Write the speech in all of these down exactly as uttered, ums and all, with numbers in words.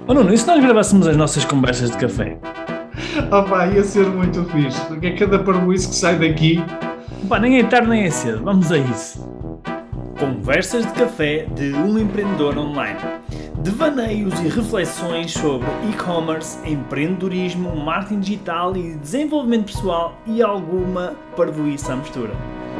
Oh Nuno, e se nós gravássemos as nossas conversas de café? Opa, ia ser muito fixe, porque é cada parboice que sai daqui. Pá, nem é tarde nem é cedo, vamos a isso. Conversas de café de um empreendedor online. Devaneios e reflexões sobre e-commerce, empreendedorismo, marketing digital e desenvolvimento pessoal e alguma parvoíce à mistura.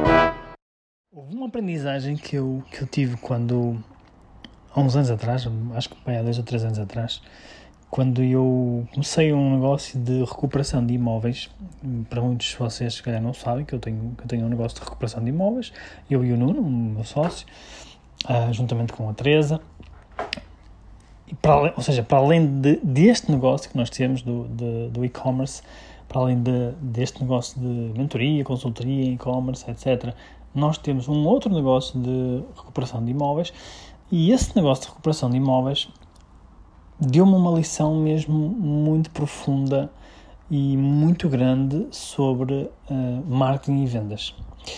Houve uma aprendizagem que eu, que eu tive quando, há uns anos atrás, acho que bem, há dois ou três anos atrás, quando eu comecei um negócio de recuperação de imóveis. Para muitos de vocês, se calhar, não sabem que eu tenho, que eu tenho um negócio de recuperação de imóveis, eu e o Nuno, o meu sócio, uh, juntamente com a Teresa. E para além, ou seja, para além de, deste negócio que nós temos do, de, do e-commerce, para além de, deste negócio de mentoria, consultoria, e-commerce, etcétera, nós temos um outro negócio de recuperação de imóveis, e esse negócio de recuperação de imóveis deu-me uma lição mesmo muito profunda e muito grande sobre uh, marketing e vendas.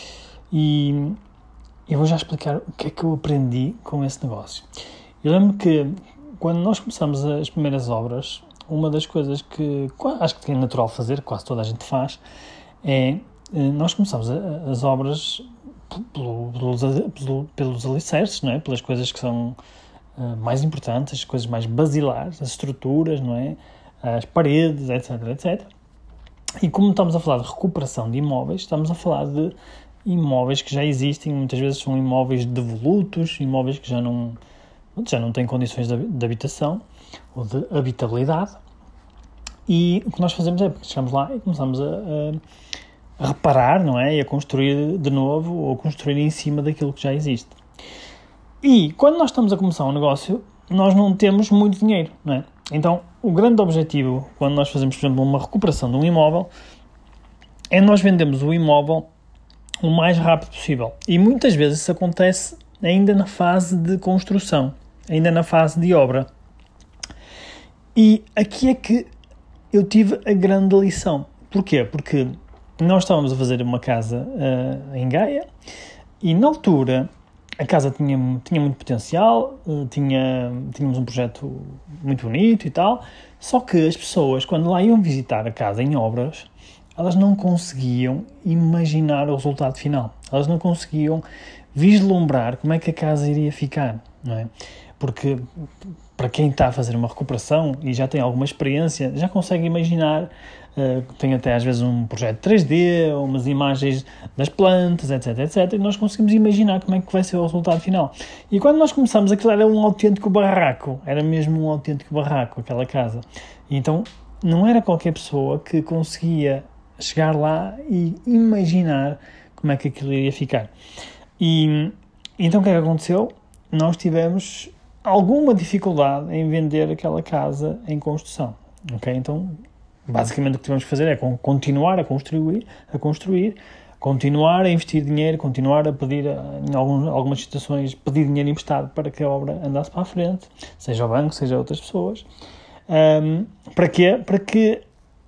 E eu vou já explicar o que é que eu aprendi com esse negócio. Eu lembro que quando nós começamos as primeiras obras, uma das coisas que acho que é natural fazer, quase toda a gente faz, é nós começamos as obras pelos, pelos alicerces, não é? Pelas coisas que são Uh, mais importantes, as coisas mais basilares, as estruturas, não é? As paredes, etc, etcétera. E como estamos a falar de recuperação de imóveis, estamos a falar de imóveis que já existem, muitas vezes são imóveis devolutos, imóveis que já não, já não têm condições de, de habitação ou de habitabilidade. E o que nós fazemos é, chegamos lá e começamos a, a, a reparar, não é? E a construir de novo ou a construir em cima daquilo que já existe. E quando nós estamos a começar um negócio, nós não temos muito dinheiro, não é? Então, o grande objetivo, quando nós fazemos, por exemplo, uma recuperação de um imóvel, é nós vendemos o imóvel o mais rápido possível. E muitas vezes isso acontece ainda na fase de construção, ainda na fase de obra. E aqui é que eu tive a grande lição. Porquê? Porque nós estávamos a fazer uma casa uh, em Gaia e, na altura, a casa tinha, tinha muito potencial, tinha, tínhamos um projeto muito bonito e tal, só que as pessoas, quando lá iam visitar a casa em obras, elas não conseguiam imaginar o resultado final. Elas não conseguiam vislumbrar como é que a casa iria ficar, não é? Porque para quem está a fazer uma recuperação e já tem alguma experiência, já consegue imaginar, uh, tem até às vezes um projeto três D, umas imagens das plantas, etc, etcétera, e nós conseguimos imaginar como é que vai ser o resultado final. E quando nós começamos, aquilo era um autêntico barraco, era mesmo um autêntico barraco, aquela casa. E então, não era qualquer pessoa que conseguia chegar lá e imaginar como é que aquilo iria ficar. E então o que é que aconteceu? Nós tivemos alguma dificuldade em vender aquela casa em construção, ok? Então, basicamente o que tivemos que fazer é continuar a construir, a construir, continuar a investir dinheiro, continuar a pedir, em alguns, algumas situações, pedir dinheiro emprestado para que a obra andasse para a frente, seja o banco, seja outras pessoas. Um, para quê? Para que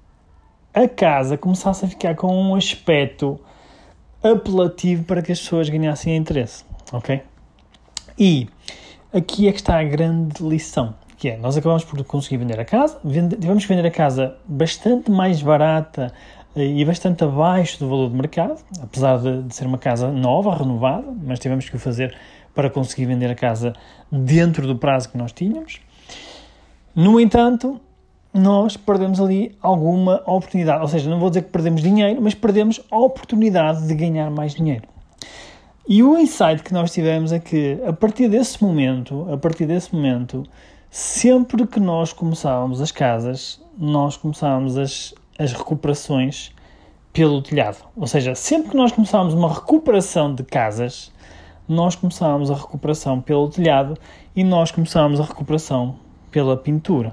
a casa começasse a ficar com um aspecto apelativo para que as pessoas ganhassem interesse, ok? E aqui é que está a grande lição, que é, nós acabamos por conseguir vender a casa, vende, tivemos que vender a casa bastante mais barata e bastante abaixo do valor de mercado, apesar de, de ser uma casa nova, renovada, mas tivemos que o fazer para conseguir vender a casa dentro do prazo que nós tínhamos. No entanto, nós perdemos ali alguma oportunidade, ou seja, não vou dizer que perdemos dinheiro, mas perdemos a oportunidade de ganhar mais dinheiro. E o insight que nós tivemos é que, a partir desse momento, a partir desse momento, sempre que nós começávamos as casas, nós começávamos as, as recuperações pelo telhado. Ou seja, sempre que nós começávamos uma recuperação de casas, nós começávamos a recuperação pelo telhado e nós começávamos a recuperação pela pintura.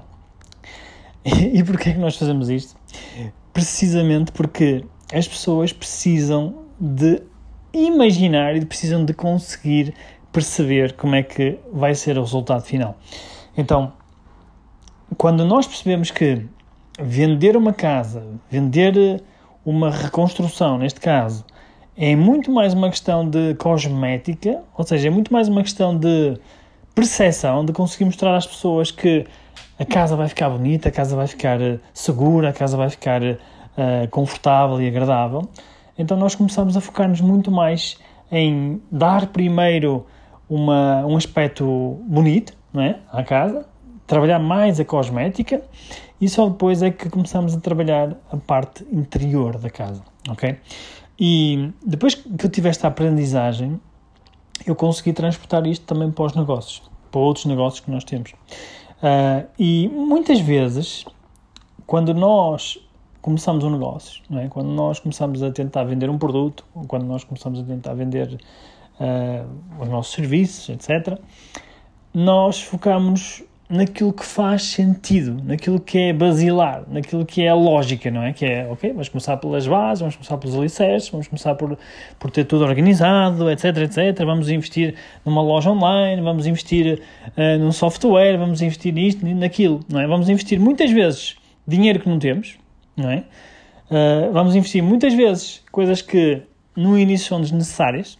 E, e porquê é que nós fazemos isto? Precisamente porque as pessoas precisam de imaginar e precisam de conseguir perceber como é que vai ser o resultado final. Então, quando nós percebemos que vender uma casa, vender uma reconstrução, neste caso, é muito mais uma questão de cosmética, ou seja, é muito mais uma questão de percepção de conseguir mostrar às pessoas que a casa vai ficar bonita, a casa vai ficar segura, a casa vai ficar uh, confortável e agradável. Então nós começamos a focar-nos muito mais em dar primeiro uma, um aspecto bonito, não é, à casa, trabalhar mais a cosmética e só depois é que começamos a trabalhar a parte interior da casa, ok? E depois que eu tive esta aprendizagem, eu consegui transportar isto também para os negócios, para outros negócios que nós temos. Uh, e muitas vezes, quando nós começamos um negócio, não é? Quando nós começamos a tentar vender um produto, ou quando nós começamos a tentar vender uh, os nossos serviços, etcétera, nós focamos naquilo que faz sentido, naquilo que é basilar, naquilo que é a lógica, não é? Que é, ok, vamos começar pelas bases, vamos começar pelos alicerces, vamos começar por, por ter tudo organizado, etc, etcétera. Vamos investir numa loja online, vamos investir uh, num software, vamos investir nisto, naquilo, não é? Vamos investir muitas vezes dinheiro que não temos, não é? Uh, vamos investir muitas vezes coisas que no início são desnecessárias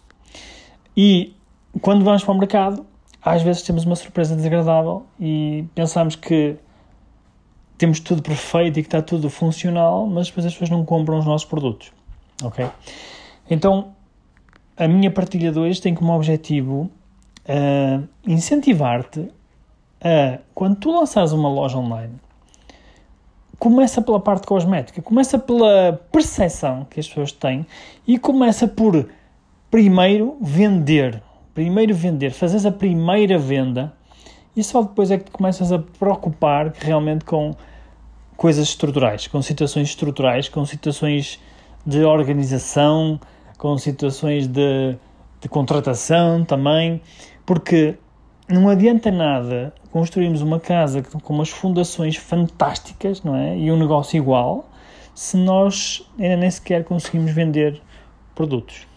e quando vamos para o mercado às vezes temos uma surpresa desagradável e pensamos que temos tudo perfeito e que está tudo funcional, mas depois as pessoas não compram os nossos produtos, ok? Então, a minha partilha de hoje tem como objetivo uh, incentivar-te a, quando tu lançares uma loja online, começa pela parte cosmética, começa pela percepção que as pessoas têm e começa por, primeiro, vender. Primeiro vender, fazes a primeira venda e só depois é que te começas a preocupar realmente com coisas estruturais, com situações estruturais, com situações de organização, com situações de, de contratação também, porque não adianta nada construirmos uma casa com umas fundações fantásticas, não é? E um negócio igual, se nós ainda nem sequer conseguimos vender produtos.